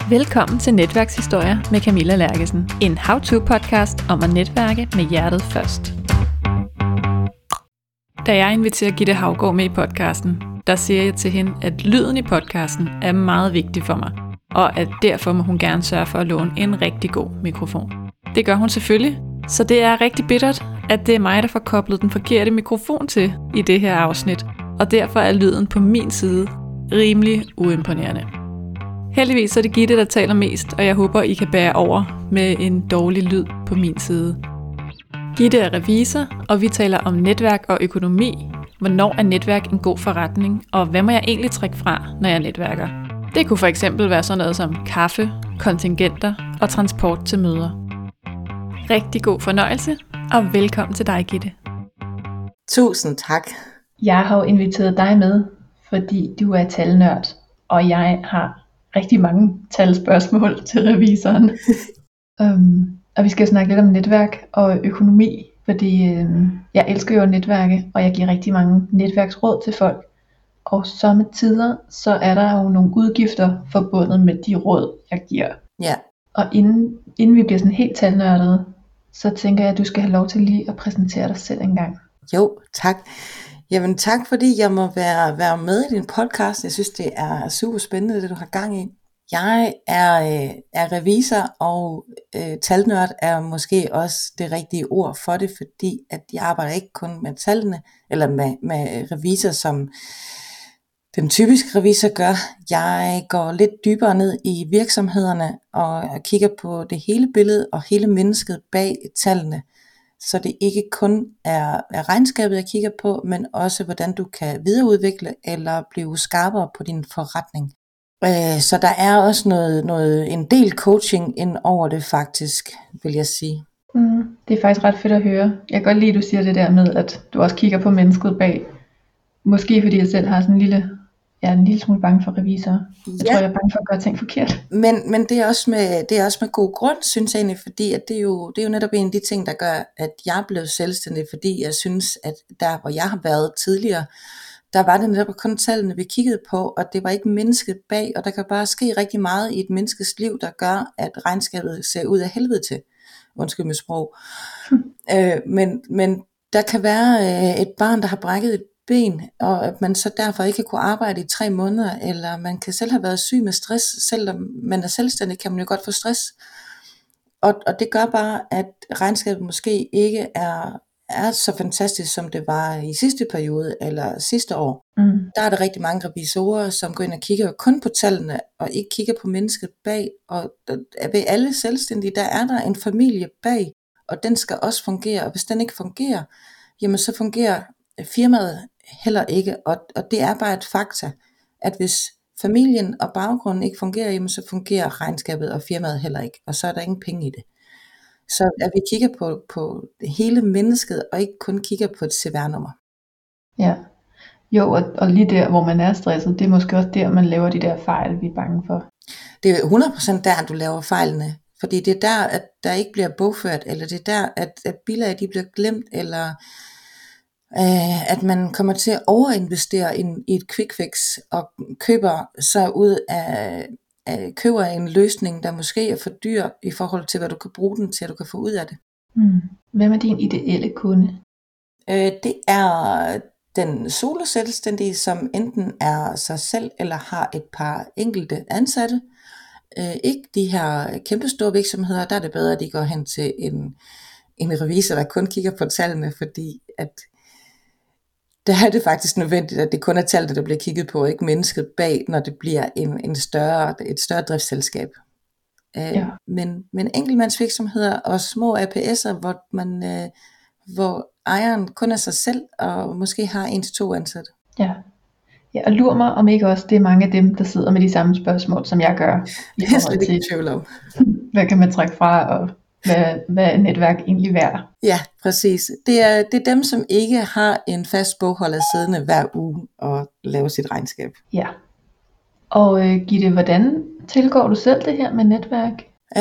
Velkommen til Netværkshistorier med Camilla Lerkesen. En how-to-podcast om at netværke med hjertet først. Da jeg inviterer Gitte Haugaard med i podcasten, der siger jeg til hende, at lyden i podcasten er meget vigtig for mig, og at derfor må hun gerne sørge for at låne en rigtig god mikrofon. Det gør hun selvfølgelig, så det er rigtig bittert, at det er mig, der får koblet den forkerte mikrofon til i det her afsnit, og derfor er lyden på min side rimelig uimponerende. Heldigvis er det Gitte, der taler mest, og jeg håber, I kan bære over med en dårlig lyd på min side. Gitte er revisor, og vi taler om netværk og økonomi. Hvornår er netværk en god forretning, og hvad må jeg egentlig trække fra, når jeg netværker? Det kunne for eksempel være sådan noget som kaffe, kontingenter og transport til møder. Rigtig god fornøjelse, og velkommen til dig, Gitte. Tusind tak. Jeg har jo inviteret dig med, fordi du er talnørd, og jeg har rigtig mange talspørgsmål til revisoren. Og vi skal snakke lidt om netværk og økonomi, fordi jeg elsker jo at netværke, og jeg giver rigtig mange netværksråd til folk. Og somme tider, så er der jo nogle udgifter forbundet med de råd, jeg giver. Ja. Og inden vi bliver sådan helt talnørdede, så tænker jeg, at du skal have lov til lige at præsentere dig selv en gang. Jo, tak. Jamen tak, fordi jeg må være med i din podcast. Jeg synes, det er super spændende, det du har gang i. Jeg er revisor, og talnørd er måske også det rigtige ord for det, fordi at jeg arbejder ikke kun med tallene, eller med revisor, som den typiske revisor gør. Jeg går lidt dybere ned i virksomhederne og kigger på det hele billede og hele mennesket bag tallene. Så det ikke kun er regnskabet, jeg kigger på, men også hvordan du kan videreudvikle eller blive skarpere på din forretning. Så der er også en del coaching ind over det faktisk, vil jeg sige. Det er faktisk ret fedt at høre. Jeg kan godt lide, at du siger det der med, at du også kigger på mennesket bag. Måske fordi jeg selv har sådan en lille smule bange for revisorer. Jeg tror, jeg er bange for at gøre ting forkert. Men det er også med god grund, synes jeg egentlig, fordi at det er jo netop en af de ting, der gør, at jeg blev selvstændig, fordi jeg synes, at der, hvor jeg har været tidligere, der var det netop kun tallene, vi kiggede på, og det var ikke mennesket bag, og der kan bare ske rigtig meget i et menneskes liv, der gør, at regnskabet ser ud af helvede til. Undskyld mit sprog. Men der kan være et barn, der har brækket et ben, og at man så derfor ikke kunne arbejde i 3 måneder, eller man kan selv have været syg med stress, selvom man er selvstændig, kan man jo godt få stress. Og det gør bare, at regnskabet måske ikke er så fantastisk, som det var i sidste periode, eller sidste år. Der er der rigtig mange revisorer, som går ind og kigger kun på tallene, og ikke kigger på mennesket bag, og ved alle selvstændige, der er der en familie bag, og den skal også fungere, og hvis den ikke fungerer, jamen så fungerer firmaet heller ikke, og det er bare et fakta, at hvis familien og baggrunden ikke fungerer, jamen så fungerer regnskabet og firmaet heller ikke, og så er der ingen penge i det. Så at vi kigger på hele mennesket, og ikke kun kigger på et CVR-nummer. Ja, jo, og lige der, hvor man er stresset, det er måske også der, man laver de der fejl, vi er bange for. Det er 100% der, du laver fejlene, fordi det er der, at der ikke bliver bogført, eller det er der, at bilag de bliver glemt, eller at man kommer til at overinvestere i et quick fix, og køber så ud af køber en løsning, der måske er for dyr i forhold til, hvad du kan bruge den til, at du kan få ud af det. Hvem er din ideelle kunde? Det er den soloselvstændige, som enten er sig selv, eller har et par enkelte ansatte. Ikke de her kæmpestore virksomheder, der er det bedre, at de går hen til en revisor, der kun kigger på tallene, fordi at der er det faktisk nødvendigt, at det kun er tallene, der bliver kigget på, ikke mennesket bag, når det bliver et større driftsselskab. Men enkeltmandsvirksomheder og små APS'er, hvor ejeren kun er sig selv, og måske har 1-2 ansatte. Ja, og lur mig om ikke også, det er mange af dem, der sidder med de samme spørgsmål, som jeg gør. Det er slet ikke tvivl om. Hvad kan man trække fra, og hvad er netværk egentlig værd? Ja, præcis. Det er dem, som ikke har en fast bogholder siddende hver uge og laver sit regnskab. Ja. Og Gitte, hvordan tilgår du selv det her med netværk?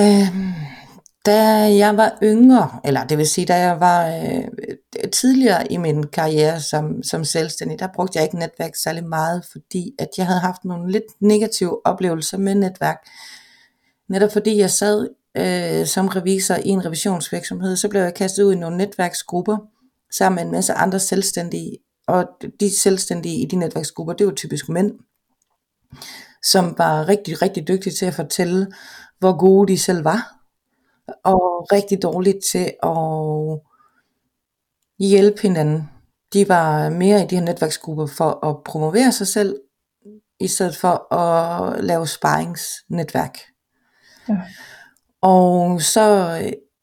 Da jeg var yngre, eller det vil sige, da jeg var tidligere i min karriere som selvstændig, der brugte jeg ikke netværk særlig meget, fordi at jeg havde haft nogle lidt negative oplevelser med netværk. Netop fordi jeg sad som revisor i en revisionsvirksomhed, så blev jeg kastet ud i nogle netværksgrupper sammen med en masse andre selvstændige, og de selvstændige i de netværksgrupper, det var typisk mænd, som var rigtig, rigtig dygtige til at fortælle, hvor gode de selv var, og rigtig dårlige til at hjælpe hinanden. De var mere i de her netværksgrupper for at promovere sig selv, i stedet for at lave sparringsnetværk. Ja. Og så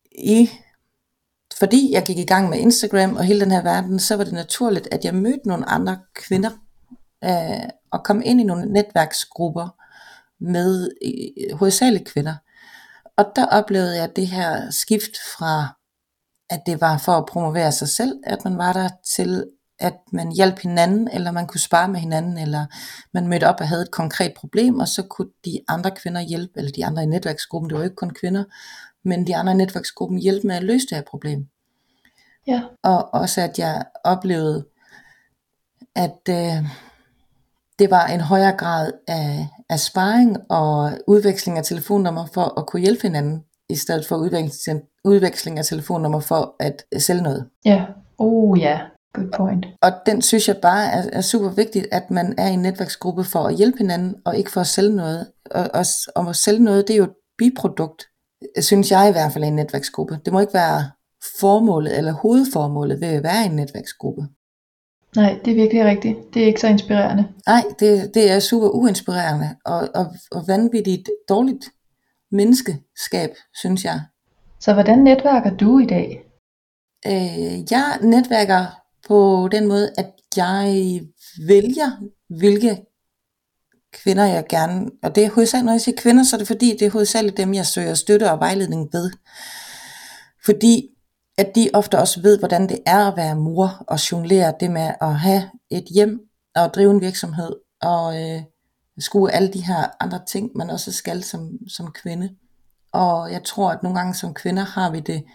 fordi jeg gik i gang med Instagram og hele den her verden, så var det naturligt, at jeg mødte nogle andre kvinder, og kom ind i nogle netværksgrupper med hovedsageligt kvinder. Og der oplevede jeg det her skift fra, at det var for at promovere sig selv, at man var der, til at man hjalp hinanden, eller man kunne spare med hinanden, eller man mødte op og havde et konkret problem, og så kunne de andre kvinder hjælpe, eller de andre i netværksgruppen, det var ikke kun kvinder, men de andre i netværksgruppen hjælpe med at løse det her problem. Ja. Og også at jeg oplevede, at det var en højere grad af sparring og udveksling af telefonnummer for at kunne hjælpe hinanden, i stedet for udveksling af telefonnummer for at sælge noget. Ja, ja, good point. Og den synes jeg bare er super vigtigt, at man er i en netværksgruppe for at hjælpe hinanden, og ikke for at sælge noget. Og at sælge noget, det er jo et biprodukt, synes jeg i hvert fald, i en netværksgruppe. Det må ikke være formålet eller hovedformålet ved at være i en netværksgruppe. Nej, det er virkelig rigtigt. Det er ikke så inspirerende. Nej, det er super uinspirerende og vanvittigt dårligt menneskeskab, synes jeg. Så hvordan netværker du i dag? Jeg netværker på den måde, at jeg vælger, hvilke kvinder jeg gerne, og det er hovedsageligt, når jeg siger kvinder, så er det fordi, det er hovedsageligt dem, jeg søger støtte og vejledning ved. Fordi at de ofte også ved, hvordan det er at være mor, og jonglere det med at have et hjem, og drive en virksomhed, og skue alle de her andre ting, man også skal som kvinde. Og jeg tror, at nogle gange som kvinder har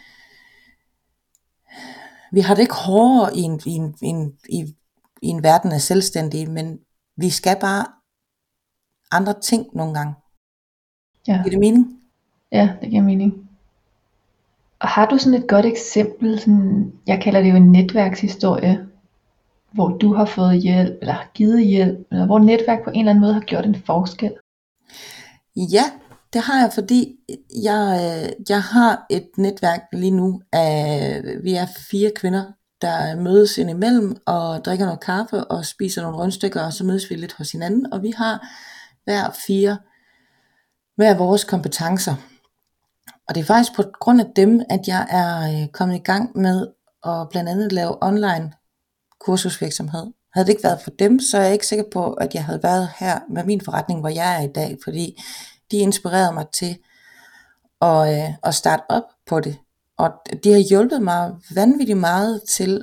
vi har det ikke hårdere i en verden af selvstændige, men vi skal bare andre ting nogle gange. Ja. Giver det mening? Ja, det giver mening. Og har du sådan et godt eksempel, sådan, jeg kalder det jo en netværkshistorie, hvor du har fået hjælp, eller har givet hjælp, eller hvor netværk på en eller anden måde har gjort en forskel? Ja, det har jeg, fordi jeg har et netværk lige nu af, vi er 4 kvinder, der mødes indimellem og drikker noget kaffe og spiser nogle rundstykker, og så mødes vi lidt hos hinanden, og vi har hver vores kompetencer. Og det er faktisk på grund af dem, at jeg er kommet i gang med at blandt andet lave online kursusvirksomhed. Havde det ikke været for dem, så er jeg ikke sikker på, at jeg havde været her med min forretning, hvor jeg er i dag, fordi de inspirerede mig til at starte op på det. Og de har hjulpet mig vanvittigt meget til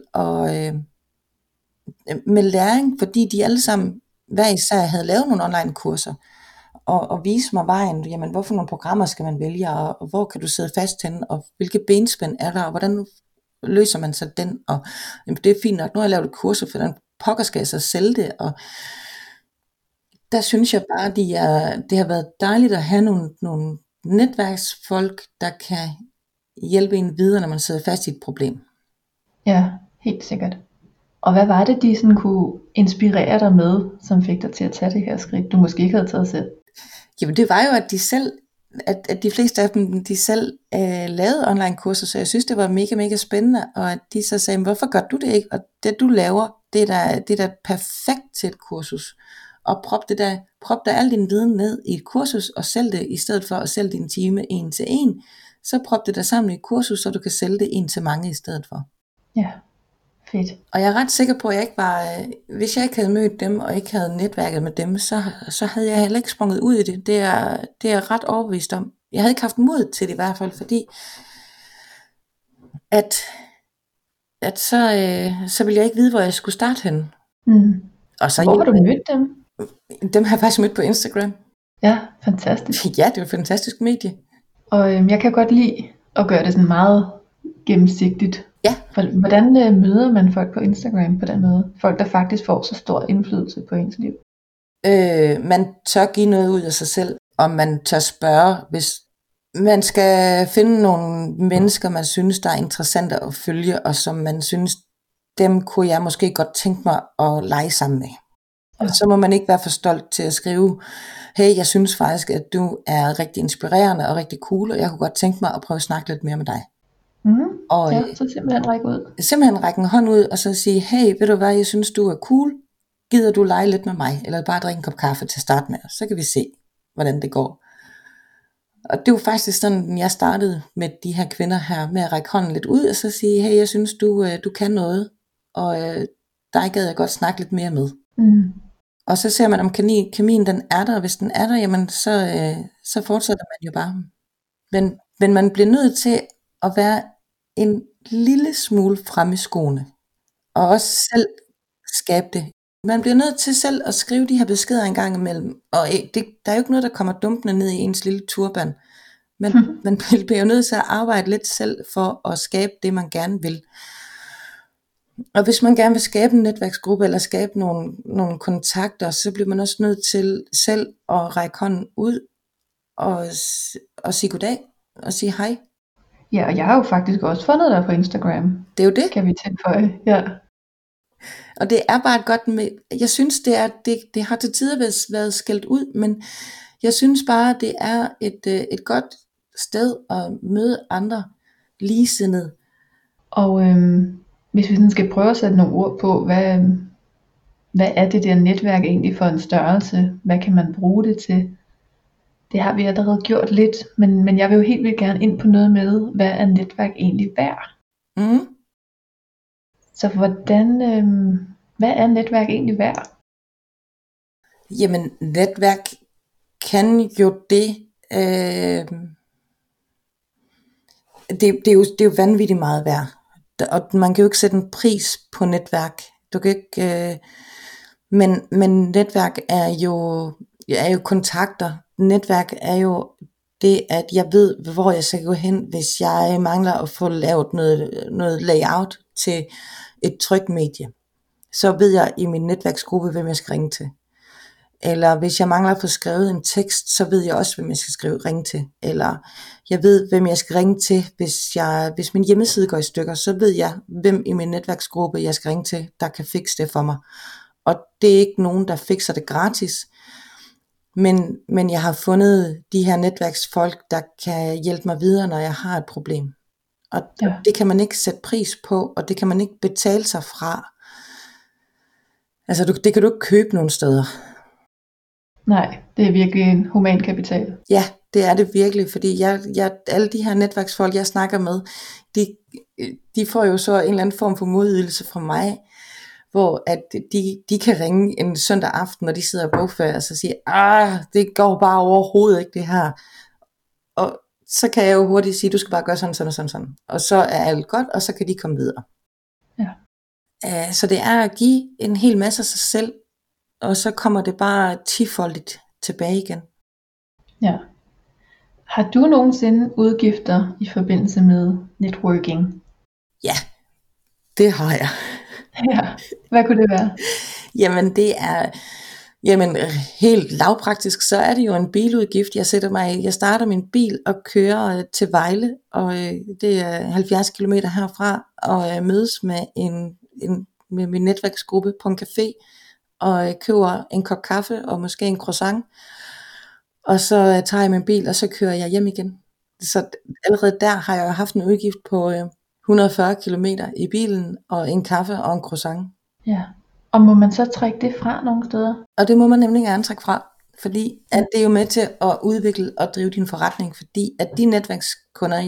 med læring, fordi de alle sammen hver især havde lavet nogle online kurser, og vise mig vejen, jamen hvorfor nogle programmer skal man vælge, og hvor kan du sidde fast henne, og hvilke benspænd er der, og hvordan løser man så den, og jamen, det er fint nok, nu har jeg lavet et kursus, for den pokker skal jeg så sælge det, og der synes jeg bare, det har været dejligt at have nogle netværksfolk, der kan hjælpe en videre, når man sidder fast i et problem. Ja, helt sikkert. Og hvad var det, de sådan kunne inspirere dig med, som fik dig til at tage det her skridt, du måske ikke havde taget selv? Jamen det var jo, at de fleste af dem, de selv lavede online kurser, så jeg synes, det var mega, mega spændende, og at de så sagde, hvorfor gør du det ikke? Og det du laver, det er da perfekt til et kursus. Og prop da al din viden ned i et kursus, og sælg det, i stedet for at sælge din time 1 til 1, så prop det der sammen i et kursus, så du kan sælge det 1 til mange i stedet for. Ja, fedt. Og jeg er ret sikker på, at jeg ikke var, hvis jeg ikke havde mødt dem, og ikke havde netværket med dem, så havde jeg heller ikke sprunget ud i det. Det er jeg ret overbevist om. Jeg havde ikke haft mod til det i hvert fald, fordi at så ville jeg ikke vide, hvor jeg skulle starte henne. Mm. Og så hvor har du mødt dem? Dem har jeg faktisk mødt på Instagram. Ja, fantastisk. Ja, det er et fantastisk medie. Og jeg kan godt lide at gøre det sådan meget gennemsigtigt. Ja. Hvordan møder man folk på Instagram på den måde? Folk, der faktisk får så stor indflydelse på ens liv. Man tør give noget ud af sig selv. om man tør spørge, hvis man skal finde nogle mennesker, man synes, der er interessante at følge, og som man synes, dem kunne jeg måske godt tænke mig at lege sammen med. Og så må man ikke være for stolt til at skrive, hey, jeg synes faktisk, at du er rigtig inspirerende og rigtig cool, og jeg kunne godt tænke mig at prøve at snakke lidt mere med dig. Og Ja, så simpelthen række ud. Simpelthen række en hånd ud, og så sige, hey, ved du hvad, jeg synes, du er cool, gider du lege lidt med mig, eller bare drikke en kop kaffe til at starte med, så kan vi se, hvordan det går. Og det var faktisk sådan, jeg startede med de her kvinder her, med at række hånden lidt ud, og så sige, hey, jeg synes, du kan noget, og dig gad jeg godt snakke lidt mere med. Og så ser man, om kemien den er der, og hvis den er der, jamen så fortsætter man jo bare. Men man bliver nødt til at være en lille smule fremme i skoene, og også selv skabe det. Man bliver nødt til selv at skrive de her beskeder en gang imellem, og der er jo ikke noget, der kommer dumpende ned i ens lille turban. Men man bliver jo nødt til at arbejde lidt selv for at skabe det, man gerne vil. Og hvis man gerne vil skabe en netværksgruppe, eller skabe nogle kontakter, så bliver man også nødt til selv at række hånden ud, og sige goddag, og sige hej. Ja, og jeg har jo faktisk også fundet dig på Instagram. Det er jo det. Kan vi tilføje, ja. Og det er bare et godt med, jeg synes det har til tider været skældt ud, men jeg synes bare det er et godt sted at møde andre ligesindede. Og hvis vi sådan skal prøve at sætte nogle ord på, hvad er det der netværk egentlig for en størrelse? Hvad kan man bruge det til? Det har vi allerede gjort lidt, men jeg vil jo helt vildt gerne ind på noget med, hvad er netværk egentlig værd? Så hvad er netværk egentlig værd? Jamen, netværk kan jo det, det er jo vanvittigt meget værd. Og man kan jo ikke sætte en pris på netværk. Du kan ikke, men netværk er jo kontakter. Netværk er jo det, at jeg ved, hvor jeg skal gå hen, hvis jeg mangler at få lavet noget layout til et trykt medie. Så ved jeg i min netværksgruppe, hvem jeg skal ringe til. Eller hvis jeg mangler at få skrevet en tekst, så ved jeg også, hvem jeg skal ringe til. Eller jeg ved, hvem jeg skal ringe til, hvis min hjemmeside går i stykker, så ved jeg, hvem i min netværksgruppe, jeg skal ringe til, der kan fikse det for mig. Og det er ikke nogen, der fikser det gratis. Men jeg har fundet de her netværksfolk, der kan hjælpe mig videre, når jeg har et problem. Og det kan man ikke sætte pris på, og det kan man ikke betale sig fra. Altså det kan du ikke købe nogen steder. Nej, det er virkelig en human kapital. Ja, det er det virkelig, fordi alle de her netværksfolk, jeg snakker med, de får jo så en eller anden form for modydelse fra mig, hvor at de kan ringe en søndag aften, når de sidder og bogfører, og så siger, det går bare overhovedet ikke det her. Og så kan jeg jo hurtigt sige, du skal bare gøre sådan. Og så er alt godt, og så kan de komme videre. Ja. Så det er at give en hel masse af sig selv, og så kommer det bare tifoldigt tilbage igen. Ja. Har du nogensinde udgifter i forbindelse med networking? Ja, det har jeg. Ja, hvad kunne det være? Jamen det er, helt lavpraktisk, så er det jo en biludgift. Jeg starter min bil og kører til Vejle, og det er 70 km herfra, og mødes med min netværksgruppe på en café, og køber en kop kaffe og måske en croissant, og så tager jeg min bil, og så kører jeg hjem igen. Så allerede der har jeg haft en udgift på 140 km i bilen, og en kaffe og en croissant. Ja, og må man så trække det fra nogle steder? Og det må man nemlig gerne trække fra, fordi at det er jo med til at udvikle og drive din forretning, fordi at de netværkskunder,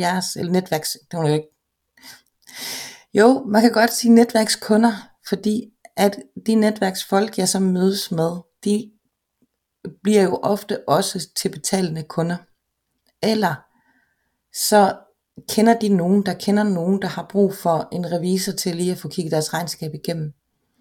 jo, man kan godt sige netværkskunder, fordi at de netværksfolk, jeg så mødes med, de bliver jo ofte også til betalende kunder. Eller så kender de nogen, der har brug for en revisor til lige at få kigget deres regnskab igennem.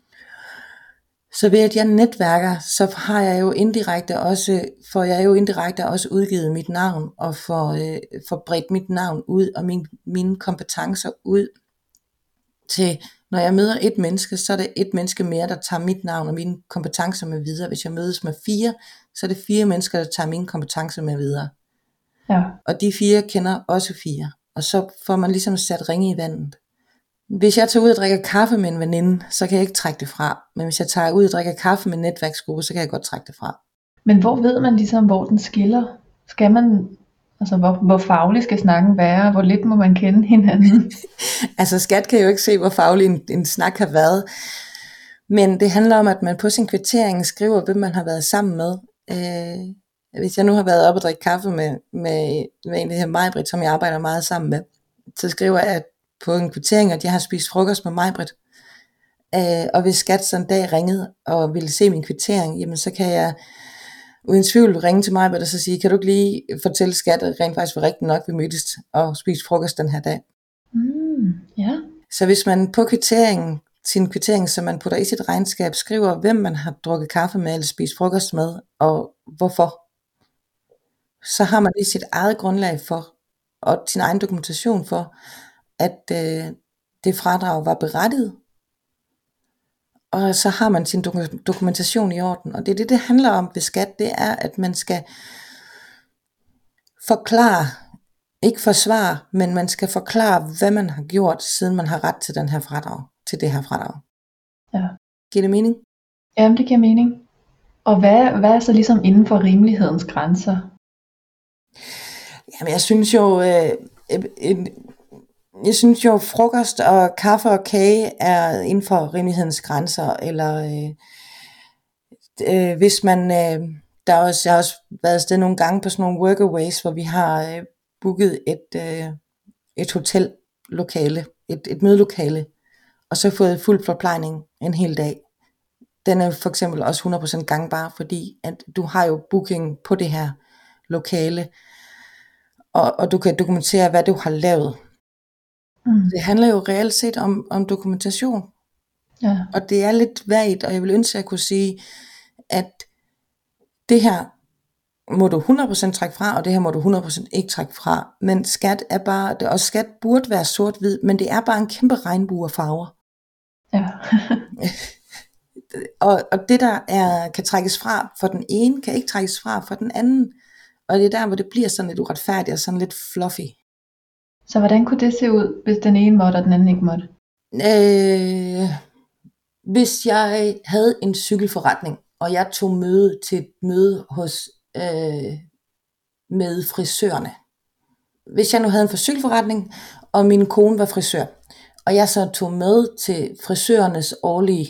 Så ved at jeg netværker, så får jeg jo indirekte også udgivet mit navn, og får bredt mit navn ud, og mine kompetencer ud til Når jeg møder et menneske, så er det et menneske mere, der tager mit navn og mine kompetencer med videre. Hvis jeg mødes med 4, så er det 4 mennesker, der tager mine kompetencer med videre. Ja. Og de 4 kender også 4. Og så får man ligesom sat ringe i vandet. Hvis jeg tager ud og drikker kaffe med en veninde, så kan jeg ikke trække det fra. Men hvis jeg tager ud og drikker kaffe med en netværksgruppe, så kan jeg godt trække det fra. Men hvor ved man ligesom, hvor den skiller? Skal man, altså hvor faglig skal snakken være? Hvor lidt må man kende hinanden? Altså skat kan jo ikke se, hvor faglig en snak har været. Men det handler om, at man på sin kvittering skriver, hvem man har været sammen med. Hvis jeg nu har været oppe og drikke kaffe med en, der hedder Majbrit, som jeg arbejder meget sammen med, så skriver jeg på en kvittering, at jeg har spist frokost med Majbrit. Og hvis skat så en dag ringede og ville se min kvittering, jamen så kan jeg uden tvivl ringe til Majbrit og så sige, kan du ikke lige fortælle skat, at rent faktisk var rigtigt nok, vi mødtes og spiste frokost den her dag. Ja. Så hvis man på kvitteringen, sin kvittering, som man putter i sit regnskab, skriver, hvem man har drukket kaffe med eller spist frokost med, og hvorfor, så har man lige sit eget grundlag for, og sin egen dokumentation for, at det fradrag var berettiget. Og så har man sin dokumentation i orden. Og det handler om ved skat, det er, at man skal forklare, ikke forsvare, men man skal forklare, hvad man har gjort, siden man har ret til den her fradrag, til det her fradrag. Ja. Giver det mening? Jamen, det giver mening. Og hvad er så ligesom inden for rimelighedens grænser? Jamen, jeg synes jo, frokost og kaffe og kage er inden for rimelighedens grænser, eller hvis man, jeg har også været afsted nogle gange på sådan nogle workaways, hvor vi har booket et hotellokale, et mødelokale, og så fået fuld forplejning en hel dag. Den er for eksempel også 100% gangbar, fordi at du har jo booking på det her lokale, og du kan dokumentere, hvad du har lavet. Det handler jo reelt set om dokumentation. Ja. Og det er lidt vagt, og jeg vil ønske, at jeg kunne sige, at det her må du 100% trække fra, og det her må du 100% ikke trække fra. Men skat er bare, og skat burde være sort-hvid, men det er bare en kæmpe regnbue af farver. Ja. og det der kan trækkes fra for den ene, kan ikke trækkes fra for den anden. Og det er der, hvor det bliver sådan lidt uretfærdigt og sådan lidt fluffy. Så hvordan kunne det se ud, hvis den ene måtte, og den anden ikke måtte? Hvis jeg havde en cykelforretning, og jeg tog til et møde med frisørerne. Hvis jeg nu havde en cykelforretning, og min kone var frisør, og jeg så tog med til frisørernes årlige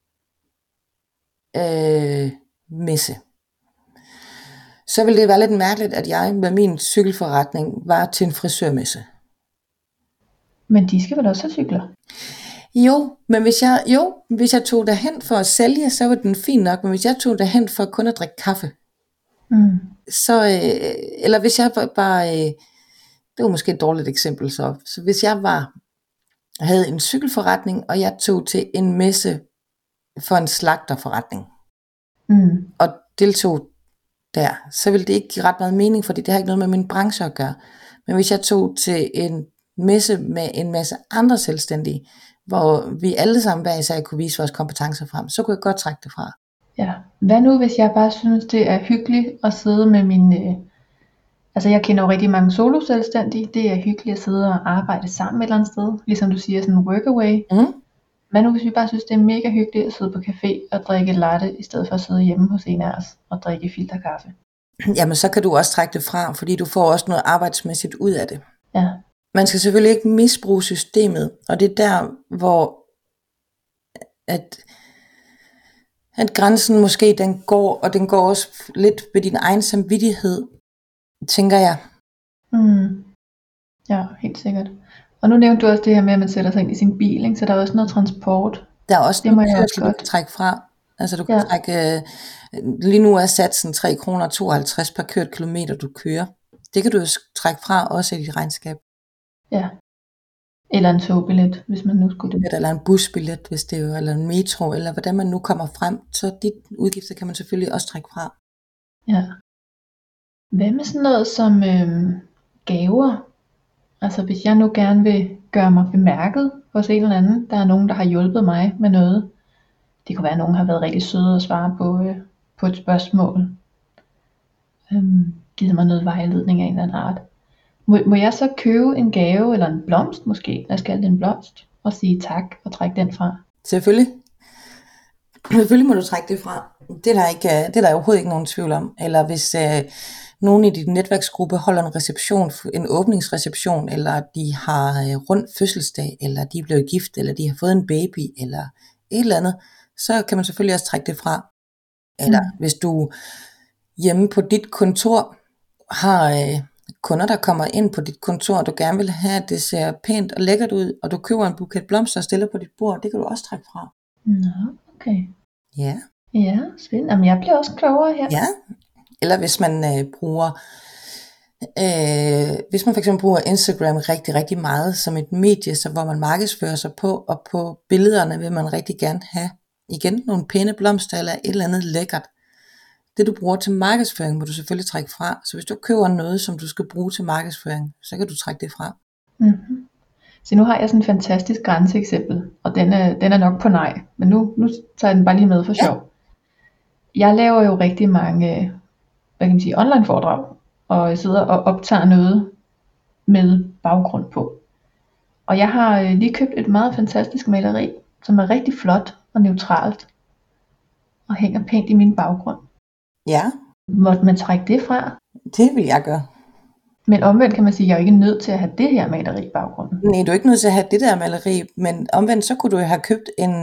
messe, så ville det være lidt mærkeligt, at jeg med min cykelforretning var til en frisørmesse. Men de skal vel også have cykler? Jo, men hvis jeg tog derhen for at sælge, så var den fin nok. Men hvis jeg tog derhen for kun at drikke kaffe, så, eller hvis jeg bare, det var måske et dårligt eksempel så hvis jeg havde en cykelforretning, og jeg tog til en messe for en slagterforretning, og deltog der, så ville det ikke give ret meget mening, fordi det har ikke noget med min branche at gøre. Men hvis jeg tog til en messe med en masse andre selvstændige, hvor vi alle sammen hver især kunne vise vores kompetencer frem, så kunne jeg godt trække det fra. Ja. Hvad nu, hvis jeg bare synes, det er hyggeligt at sidde med mine... Altså jeg kender jo rigtig mange solo-selvstændige. Det er hyggeligt at sidde og arbejde sammen et eller andet sted. Ligesom du siger, sådan en workaway. Hvad nu, hvis vi bare synes, det er mega hyggeligt at sidde på café og drikke latte, i stedet for at sidde hjemme hos en af os og drikke filterkaffe? Jamen så kan du også trække det fra, fordi du får også noget arbejdsmæssigt ud af det. Ja. Man skal selvfølgelig ikke misbruge systemet, og det er der, hvor at grænsen måske den går også lidt ved din egen samvittighed, tænker jeg. Ja, helt sikkert. Og nu nævnte du også det her med, at man sætter sig ind i sin bil, ikke? Så der er også noget transport. Der er også noget kørsel, du kan trække fra. Altså du kan trække, lige nu er satsen 3,52 kroner per kørt kilometer, du kører. Det kan du jo trække fra også i dit regnskab. Ja. Eller en togbillet, hvis man nu skulle det. Eller en busbillet, hvis det er, eller en metro, eller hvordan man nu kommer frem. Så de udgifter kan man selvfølgelig også trække fra. Ja. Hvad med sådan noget som gaver? Altså hvis jeg nu gerne vil gøre mig bemærket hos en eller anden. Der er nogen, der har hjulpet mig med noget. Det kunne være, at nogen har været rigtig søde at svare på et spørgsmål. Givet mig noget vejledning af en eller anden art. Må jeg så købe en gave eller en blomst måske? Jeg skal en blomst og sige tak og trække den fra. Selvfølgelig. Selvfølgelig må du trække det fra. Det er der overhovedet ikke nogen tvivl om. Eller hvis nogen i dit netværksgruppe holder en reception, en åbningsreception, eller de har rund fødselsdag, eller de er blevet gift, eller de har fået en baby, eller et eller andet, så kan man selvfølgelig også trække det fra. Eller hvis du hjemme på dit kontor har kunder, der kommer ind på dit kontor, og du gerne vil have, at det ser pænt og lækkert ud, og du køber en buket blomster og stiller på dit bord, det kan du også trække fra. Nå, okay. Ja. Ja, spændende. Jamen, jeg bliver også klogere her. Ja. Eller hvis man hvis man for eksempel bruger Instagram rigtig, rigtig meget som et medie, så hvor man markedsfører sig på, og på billederne vil man rigtig gerne have igen nogle pæne blomster eller et eller andet lækkert. Det du bruger til markedsføring, må du selvfølgelig trække fra. Så hvis du køber noget, som du skal bruge til markedsføring, så kan du trække det fra. Mm-hmm. Så nu har jeg sådan en fantastisk grænseeksempel, og den er nok på nej, men nu tager jeg den bare lige med for sjov. Jeg laver jo rigtig mange, hvad kan man sige, online foredrag, og jeg sidder og optager noget med baggrund på. Og jeg har lige købt et meget fantastisk maleri, som er rigtig flot og neutralt, og hænger pænt i min baggrund. Ja. Måtte man trække det fra? Det vil jeg gøre. Men omvendt kan man sige, at jeg er ikke nødt til at have det her maleri i baggrunden. Nej, du er ikke nødt til at have det der maleri, men omvendt så kunne du have købt en,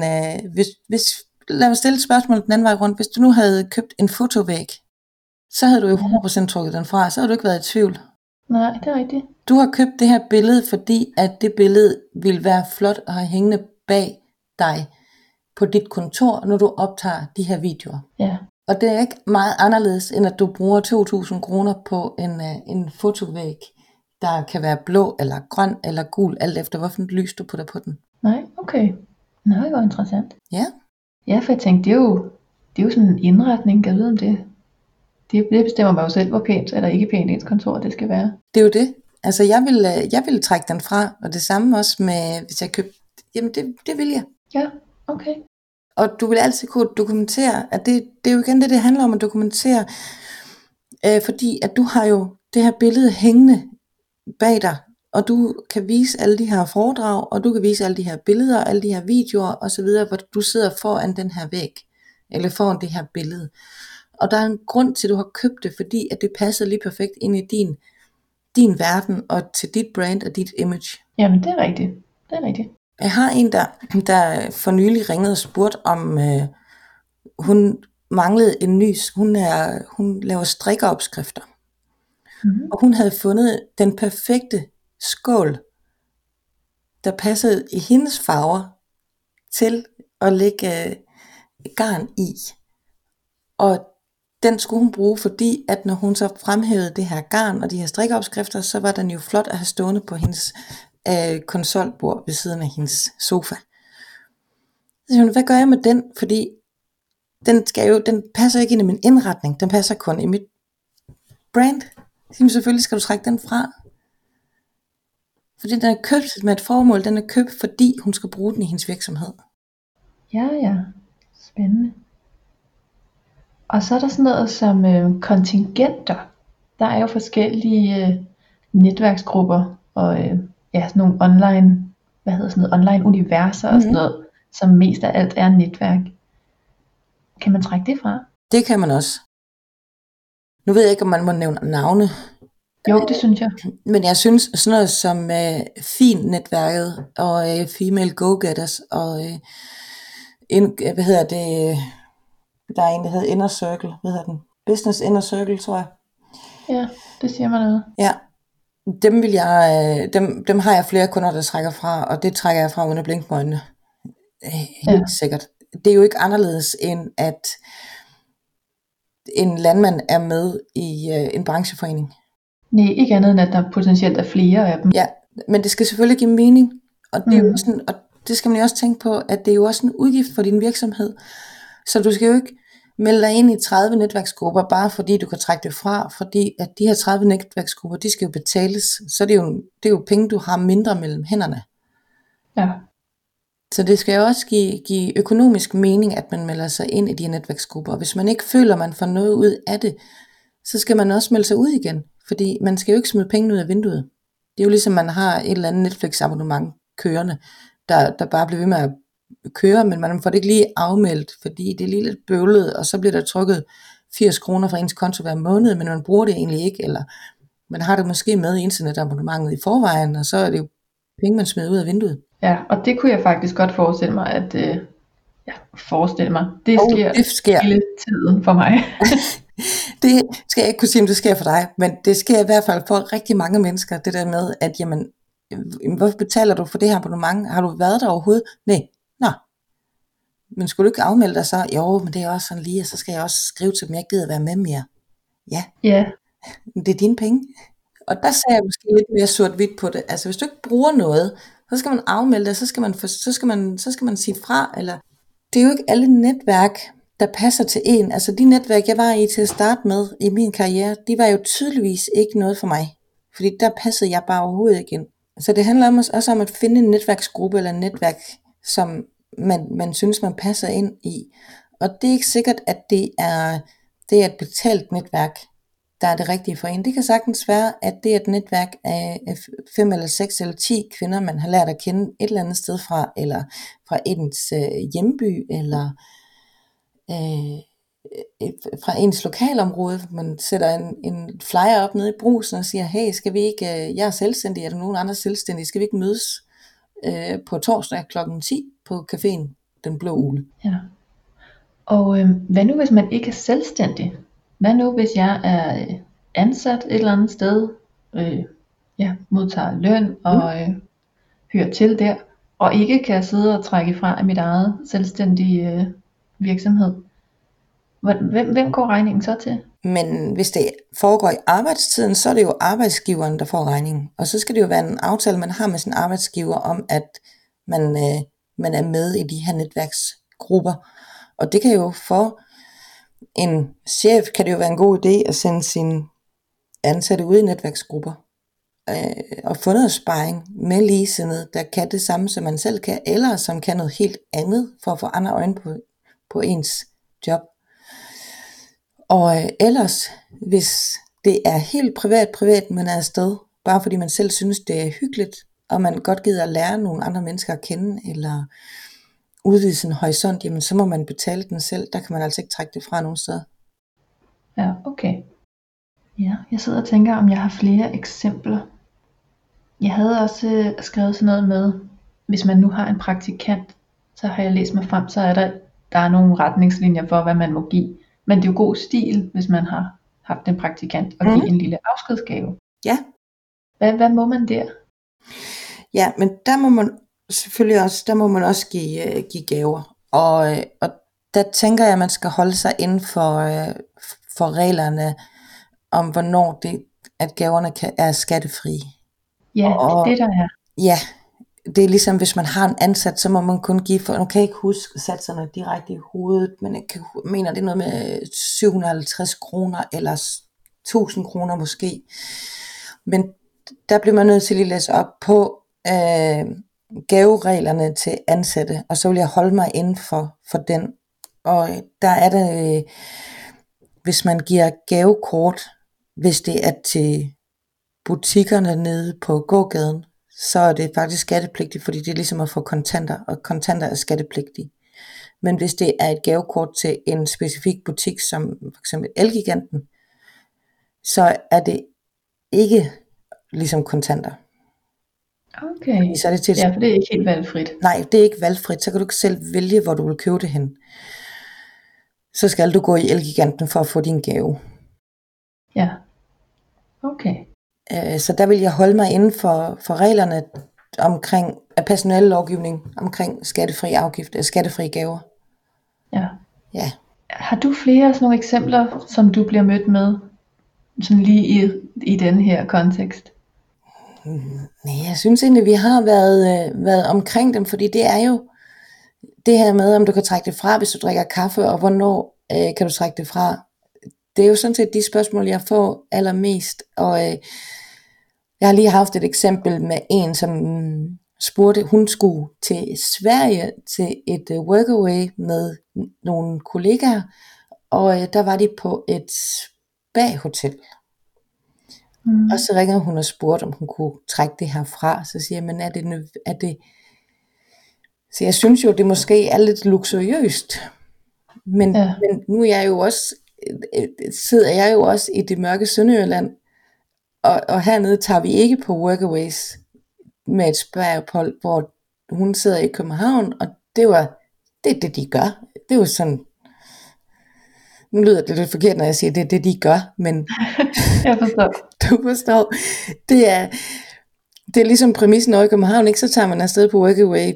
lad mig stille et spørgsmål den anden vej rundt, hvis du nu havde købt en fotovæg, så havde du jo 100% trukket den fra, så havde du ikke været i tvivl. Nej, det er rigtigt. Du har købt det her billede, fordi at det billede ville være flot at have hængende bag dig på dit kontor, når du optager de her videoer. Ja. Og det er ikke meget anderledes, end at du bruger 2.000 kroner på en fotovæg, der kan være blå, eller grøn, eller gul, alt efter hvilken lys du putter på den. Nej, okay. Nå, det var interessant. Ja. Ja, for jeg tænkte, det er jo sådan en indretning, kan jeg vide om det. Det bestemmer mig jo selv, hvor pænt eller ikke pænt ens kontor det skal være. Det er jo det. Altså jeg vil trække den fra, og det samme også med, hvis jeg købte, jamen det vil jeg. Ja, okay. Og du vil altid kunne dokumentere, at det er jo igen det handler om at dokumentere, fordi at du har jo det her billede hængende bag dig, og du kan vise alle de her foredrag, og du kan vise alle de her billeder, alle de her videoer osv., hvor du sidder foran den her væg, eller foran det her billede. Og der er en grund til, at du har købt det, fordi at det passer lige perfekt ind i din verden, og til dit brand og dit image. Jamen det er rigtigt. Det er rigtigt. Jeg har en, der for nylig ringede og spurgte om, hun manglede en ny, hun laver strikkeopskrifter. Mm-hmm. Og hun havde fundet den perfekte skål, der passede i hendes farver, til at lægge garn i. Og den skulle hun bruge, fordi at når hun så fremhævede det her garn og de her strikkeopskrifter, så var den jo flot at have stående på hendes konsolbord ved siden af hendes sofa. Så hun, hvad gør jeg med den? Fordi den passer ikke ind i min indretning, den passer kun i mit brand. Så selvfølgelig skal du trække den fra. Fordi den er købt med et formål, den er købt fordi hun skal bruge den i hendes virksomhed. Ja, spændende. Og så er der sådan noget som kontingenter. Der er jo forskellige netværksgrupper og sådan nogle online, online universer og sådan noget, som mest af alt er netværk. Kan man trække det fra? Det kan man også. Nu ved jeg ikke, om man må nævne navne. Jo, det synes jeg. Men jeg synes sådan noget som FIN-netværket og Female Go-Getters og der er en, der hedder Inner Circle, hvad hedder den? Business Inner Circle, tror jeg. Ja, det siger mig noget. Ja, dem har jeg flere kunder, der trækker fra, og det trækker jeg fra uden at blinke med øjnene. Helt sikkert. Det er jo ikke anderledes end at en landmand er med i en brancheforening. Nej, ikke andet end at der potentielt er flere af dem. Ja, men det skal selvfølgelig give mening, og det er jo sådan, og det skal man jo også tænke på, at det er jo også en udgift for din virksomhed. Så du skal jo ikke melde dig ind i 30 netværksgrupper, bare fordi du kan trække det fra, fordi at de her 30 netværksgrupper, de skal jo betales, så det er jo penge, du har mindre mellem hænderne. Ja. Så det skal jo også give økonomisk mening, at man melder sig ind i de her netværksgrupper. Og hvis man ikke føler, man får noget ud af det, så skal man også melde sig ud igen. Fordi man skal jo ikke smide pengene ud af vinduet. Det er jo ligesom, man har et eller andet Netflix-abonnement kørende, der bare bliver ved med at køre, men man får det ikke lige afmeldt, fordi det er lige lidt bøvlet, og så bliver der trukket 80 kroner fra ens konto hver måned, men man bruger det egentlig ikke, eller man har det måske med i internetabonnementet i forvejen, og så er det jo penge, man smider ud af vinduet. Ja, og det kunne jeg faktisk godt forestille mig, at det sker hele tiden for mig. Det skal jeg ikke kunne sige, om det sker for dig, men det sker i hvert fald for rigtig mange mennesker, det der med, at jamen, hvorfor betaler du for det her abonnement? Har du været der overhovedet? Nej. Nå. Men skulle du ikke afmelde dig så? Jo, men det er også sådan lige, og så skal jeg også skrive til dem, jeg gider være med mere. Ja. Ja. Det er dine penge. Og der ser jeg måske lidt mere sort-hvidt på det. Altså hvis du ikke bruger noget, så skal man afmelde det, så skal man sige fra, eller det er jo ikke alle netværk, der passer til en. Altså de netværk, jeg var i til at starte med i min karriere, de var jo tydeligvis ikke noget for mig. Fordi der passede jeg bare overhovedet ikke ind. Så det handler også om at finde en netværksgruppe eller en netværk, som man synes, man passer ind i. Og det er ikke sikkert, at det er et betalt netværk, der er det rigtige for en. Det kan sagtens være, at det er et netværk af 5 eller 6 eller 10 kvinder, man har lært at kende et eller andet sted fra, eller fra ens hjemby, eller fra ens lokalområde. Man sætter en flyer op nede i Brugsen og siger, hey, skal vi ikke, jeg er selvstændig, er der nogen andre selvstændige, skal vi ikke mødes på torsdag kl. 10 på caféen Den Blå Ugle? Ja. Og hvad nu hvis man ikke er selvstændig? Hvad nu hvis jeg er ansat et eller andet sted, modtager løn og hører til der, og ikke kan sidde og trække fra af mit eget selvstændige virksomhed? Hvem går regningen så til? Men hvis det foregår i arbejdstiden, så er det jo arbejdsgiveren, der får regningen. Og så skal det jo være en aftale, man har med sin arbejdsgiver om, at man er med i de her netværksgrupper. Og det kan jo for en chef, kan det jo være en god idé at sende sine ansatte ud i netværksgrupper. Og få noget sparring med ligesindede, der kan det samme, som man selv kan, eller som kan noget helt andet, for at få andre øjne på ens job. Og ellers, hvis det er helt privat, man er afsted, bare fordi man selv synes, det er hyggeligt, og man godt gider at lære nogle andre mennesker at kende, eller udvide sin horisont, jamen så må man betale den selv. Der kan man altså ikke trække det fra nogen steder. Ja, okay. Ja, jeg sidder og tænker, om jeg har flere eksempler. Jeg havde også skrevet sådan noget med, hvis man nu har en praktikant, så har jeg læst mig frem, så er der er nogle retningslinjer for, hvad man må give. Men det er jo god stil, hvis man har haft en praktikant, og give en lille afskedsgave. Ja. Hvad må man der? Ja, men der må man selvfølgelig også, give gaver. Og der tænker jeg, at man skal holde sig inden for reglerne om, hvornår at gaverne er skattefrie. Ja, og, det der er. Ja, det er ligesom, hvis man har en ansat, så må man kun give for, nu kan jeg ikke huske satserne direkte i hovedet, men jeg mener, det er noget med 750 kroner, eller 1000 kroner måske. Men der bliver man nødt til at læse op på gavereglerne til ansatte, og så vil jeg holde mig inden for den. Og der er det, hvis man giver gavekort, hvis det er til butikkerne nede på gågaden, så er det faktisk skattepligtigt, fordi det er ligesom at få kontanter, og kontanter er skattepligtige. Men hvis det er et gavekort til en specifik butik, som for eksempel Elgiganten, så er det ikke ligesom kontanter. Okay, så er det for det er ikke helt valgfrit. Nej, det er ikke valgfrit, så kan du ikke selv vælge, hvor du vil købe det hen. Så skal du gå i Elgiganten for at få din gave. Ja, okay. Så der vil jeg holde mig inden for reglerne omkring personalelovgivning, omkring skattefri gaver. Ja. Har du flere sådan nogle eksempler, som du bliver mødt med, sådan lige i den her kontekst? Nej, jeg synes egentlig, vi har været omkring dem, fordi det er jo det her med, om du kan trække det fra, hvis du drikker kaffe, og hvornår kan du trække det fra. Det er jo sådan set de spørgsmål, jeg får allermest, og jeg har lige haft et eksempel med en, som spurgte, hun skulle til Sverige til et workaway med nogle kollegaer, og der var de på et spa-hotel. Og så ringede hun og spurgte, om hun kunne trække det her fra. Så siger jeg, men er det... Så jeg synes jo, det måske er lidt luksuriøst. Men nu er jeg jo også, sidder jeg jo også i det mørke Sønderjylland, og hernede tager vi ikke på workaways med et spa-ophold, hvor hun sidder i København, og det er det, de gør. Det er jo sådan, nu lyder det lidt forkert, når jeg siger, det er det, de gør, men Jeg forstår. du forstår, det er ligesom præmissen over i København, ikke? Så tager man afsted på workaway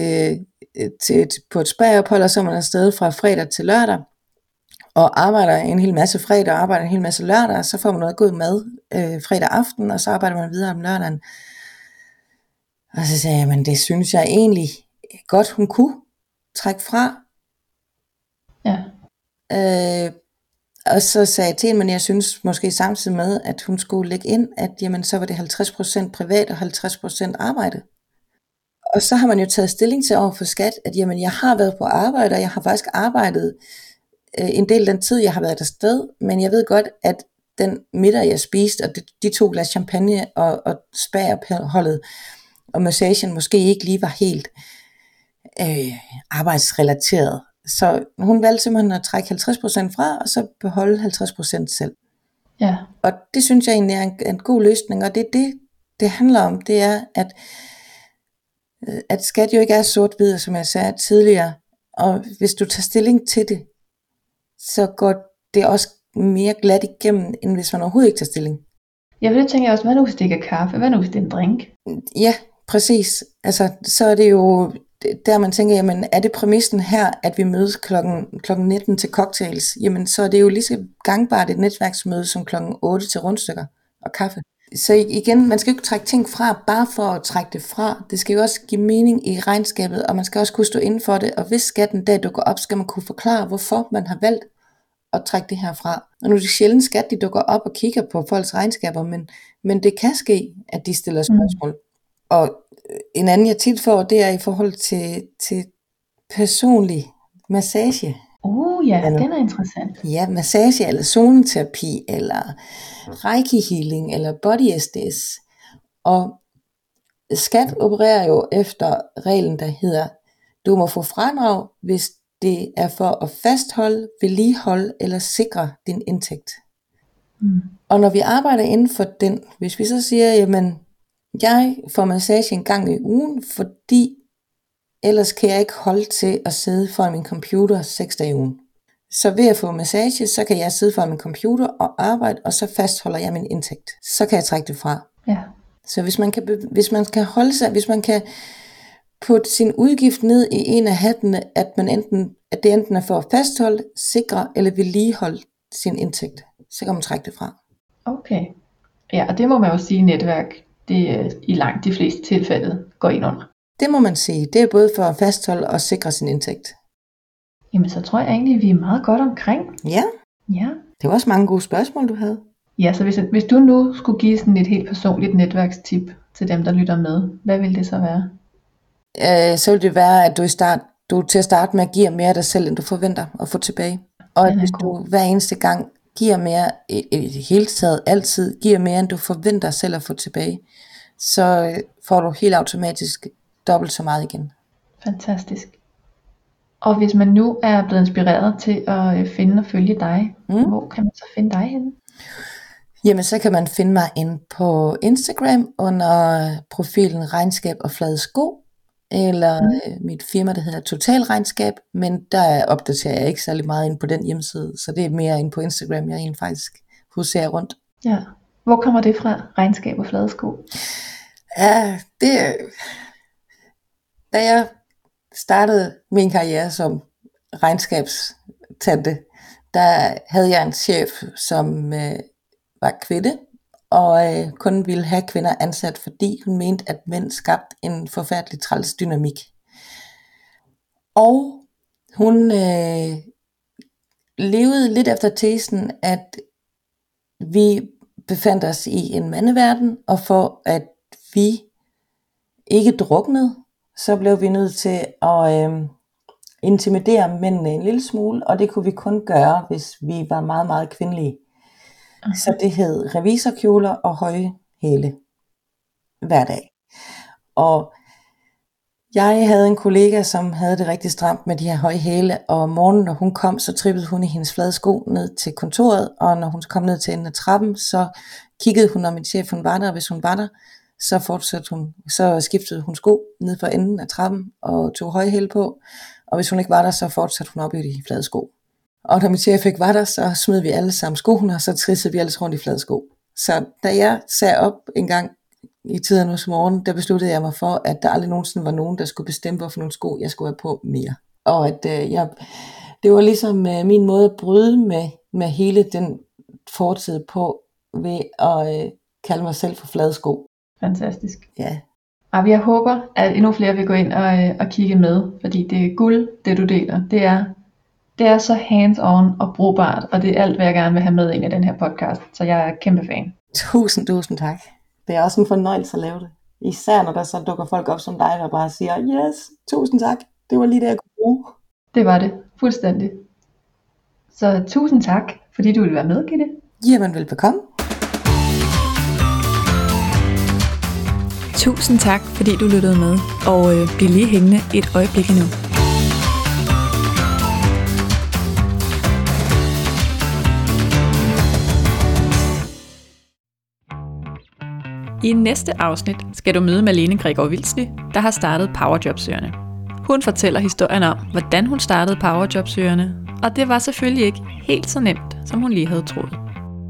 på et spa-ophold, og så er man afsted fra fredag til lørdag, og arbejder en hel masse fredag, og arbejder en hel masse lørdag, og så får man noget god mad fredag aften, og så arbejder man videre om lørdagen. Og så sagde jeg, men det synes jeg egentlig godt, hun kunne trække fra. Ja. Og så sagde jeg til hende, men jeg synes måske samtidig med, at hun skulle lægge ind, at jamen, så var det 50% privat og 50% arbejde. Og så har man jo taget stilling til over for skat, at jamen, jeg har været på arbejde, og jeg har faktisk arbejdet en del af den tid, jeg har været der sted, men jeg ved godt, at den middag, jeg spiste, og de 2 glas champagne og spa-opholdet og massagen måske ikke lige var helt arbejdsrelateret. Så hun valgte simpelthen at trække 50% fra, og så beholde 50% selv. Ja. Og det synes jeg egentlig er en god løsning, og det handler om, det er, at skat jo ikke er sort-hvid, som jeg sagde tidligere, og hvis du tager stilling til det, så går det også mere glat igennem, end hvis man overhovedet ikke tager stilling. Jeg vil tænke også, hvad nu hvis det ikke er kaffe, hvad nu hvis det er en drink? Ja, præcis. Altså, så er det jo der man tænker, jamen er det præmissen her, at vi mødes klokken 19 til cocktails, jamen så er det jo lige så gangbart et netværksmøde som klokken 8 til rundstykker og kaffe. Så igen, man skal jo ikke trække ting fra, bare for at trække det fra. Det skal jo også give mening i regnskabet, og man skal også kunne stå inden for det, og hvis skatten dag dukker op, skal man kunne forklare, hvorfor man har valgt at trække det her fra. Og nu er det sjældent skat, de dukker op og kigger på folks regnskaber, men det kan ske, at de stiller spørgsmål. Og en anden jeg tit får, det er i forhold til personlig massage. Ja, den er interessant. Ja, massage eller zoneterapi, eller reiki healing, eller body SDS. Og skat opererer jo efter reglen, der hedder, du må få fradrag, hvis det er for at fastholde, vedligeholde eller sikre din indtægt. Og når vi arbejder inden for den, hvis vi så siger, jamen, jeg får massage en gang i ugen, fordi ellers kan jeg ikke holde til at sidde foran min computer 6 dage i ugen. Så ved at få massage, så kan jeg sidde foran min computer og arbejde, og så fastholder jeg min indtægt. Så kan jeg trække det fra. Ja. Så hvis man kan putte sin udgift ned i en af hattene, at det enten er for at fastholde, sikre eller vedligeholde sin indtægt, så kan man trække det fra. Okay. Ja, og det må man jo sige, netværk, det i langt de fleste tilfælde går ind under. Det må man sige. Det er både for at fastholde og sikre sin indtægt. Jamen så tror jeg egentlig, vi er meget godt omkring. Ja. Ja. Det var også mange gode spørgsmål, du havde. Ja, så hvis du nu skulle give sådan et helt personligt netværkstip til dem, der lytter med, hvad vil det så være? Så vil det være, at du til at starte med at give mere af dig selv, end du forventer at få tilbage. Og at hvis du hver eneste gang giver mere, i det hele taget altid giver mere, end du forventer selv at få tilbage, så får du helt automatisk dobbelt så meget igen. Fantastisk. Og hvis man nu er blevet inspireret til at finde og følge dig, hvor kan man så finde dig henne? Jamen så kan man finde mig inde på Instagram under profilen Regnskab og Flade Sko, eller mit firma, der hedder Total Regnskab, men der opdaterer jeg ikke særlig meget ind på den hjemmeside, så det er mere inde på Instagram, jeg egentlig faktisk huserer rundt. Ja. Hvor kommer det fra, Regnskab og Flade Sko? Ja, da jeg startede min karriere som regnskabstante, der havde jeg en chef, som var kvinde, og kun ville have kvinder ansat, fordi hun mente, at mænd skabte en forfærdelig træls dynamik. Og hun levede lidt efter tesen, at vi befandt os i en mandeverden, og for at vi ikke druknede, så blev vi nødt til at intimidere mændene en lille smule, og det kunne vi kun gøre, hvis vi var meget, meget kvindelige. Så det hed revisorkjoler og høje hæle hver dag. Og jeg havde en kollega, som havde det rigtig stramt med de her høje hæle, og om morgenen, når hun kom, så trippede hun i hendes flade sko ned til kontoret, og når hun kom ned til enden af trappen, så kiggede hun, om min chef hun var der, og hvis hun var der, så skiftede hun sko ned for enden af trappen og tog høje hæle på, og hvis hun ikke var der, så fortsatte hun op i de flade sko. Og når min chef ikke var der, så smed vi alle sammen skoene, og så trissede vi alle rundt i flade sko. Så da jeg sagde op en gang i tiden hos morgen, der besluttede jeg mig for, at der aldrig nogensinde var nogen, der skulle bestemme, hvorfor nogle sko jeg skulle have på mere. Og at det var ligesom min måde at bryde med hele den fortid på, ved at kalde mig selv for flade sko. Fantastisk. Ja. Og jeg håber, at endnu flere vil gå ind og kigge med, fordi det er guld, det du deler. Det er så hands-on og brugbart, og det er alt, hvad jeg gerne vil have med ind i den her podcast. Så jeg er kæmpe fan. Tusind tak. Det er også en fornøjelse at lave det. Især når der så dukker folk op som dig, der bare siger, yes, tusind tak. Det var lige det, jeg kunne bruge. Det var det. Fuldstændig. Så tusind tak, fordi du ville være med, Gitte. Jamen, velbekomme. Tusind tak, fordi du lyttede med, og bliv lige hængende et øjeblik endnu. I næste afsnit skal du møde Malene Gregor Vilsli, der har startet Powerjobsøgerne. Hun fortæller historien om, hvordan hun startede Powerjobsøgerne, og det var selvfølgelig ikke helt så nemt, som hun lige havde troet.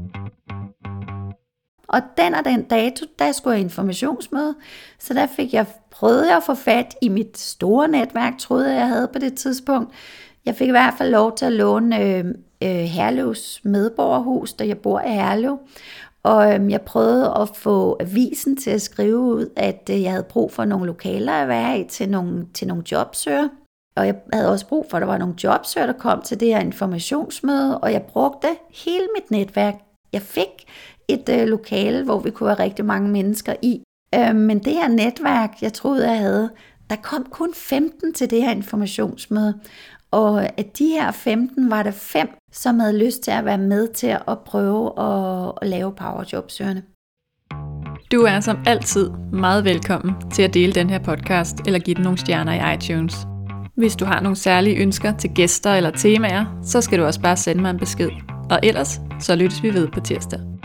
Og den dato, der skulle jeg informationsmøde, så der prøvede jeg at få fat i mit store netværk, troede jeg havde på det tidspunkt. Jeg fik i hvert fald lov til at låne Herlevs medborgerhus, da jeg bor i Herlev. Og jeg prøvede at få avisen til at skrive ud, at jeg havde brug for nogle lokaler at være i til nogle jobsøger. Og jeg havde også brug for, at der var nogle jobsøger, der kom til det her informationsmøde, og jeg brugte hele mit netværk. Jeg fik et lokale, hvor vi kunne være rigtig mange mennesker i. Men det her netværk, jeg troede, jeg havde, der kom kun 15 til det her informationsmøde. Og af de her 15 var der 5, som havde lyst til at være med til at prøve at lave Powerjobsøgerne. Du er som altid meget velkommen til at dele den her podcast eller give den nogle stjerner i iTunes. Hvis du har nogle særlige ønsker til gæster eller temaer, så skal du også bare sende mig en besked. Og ellers så lyttes vi ved på tirsdag.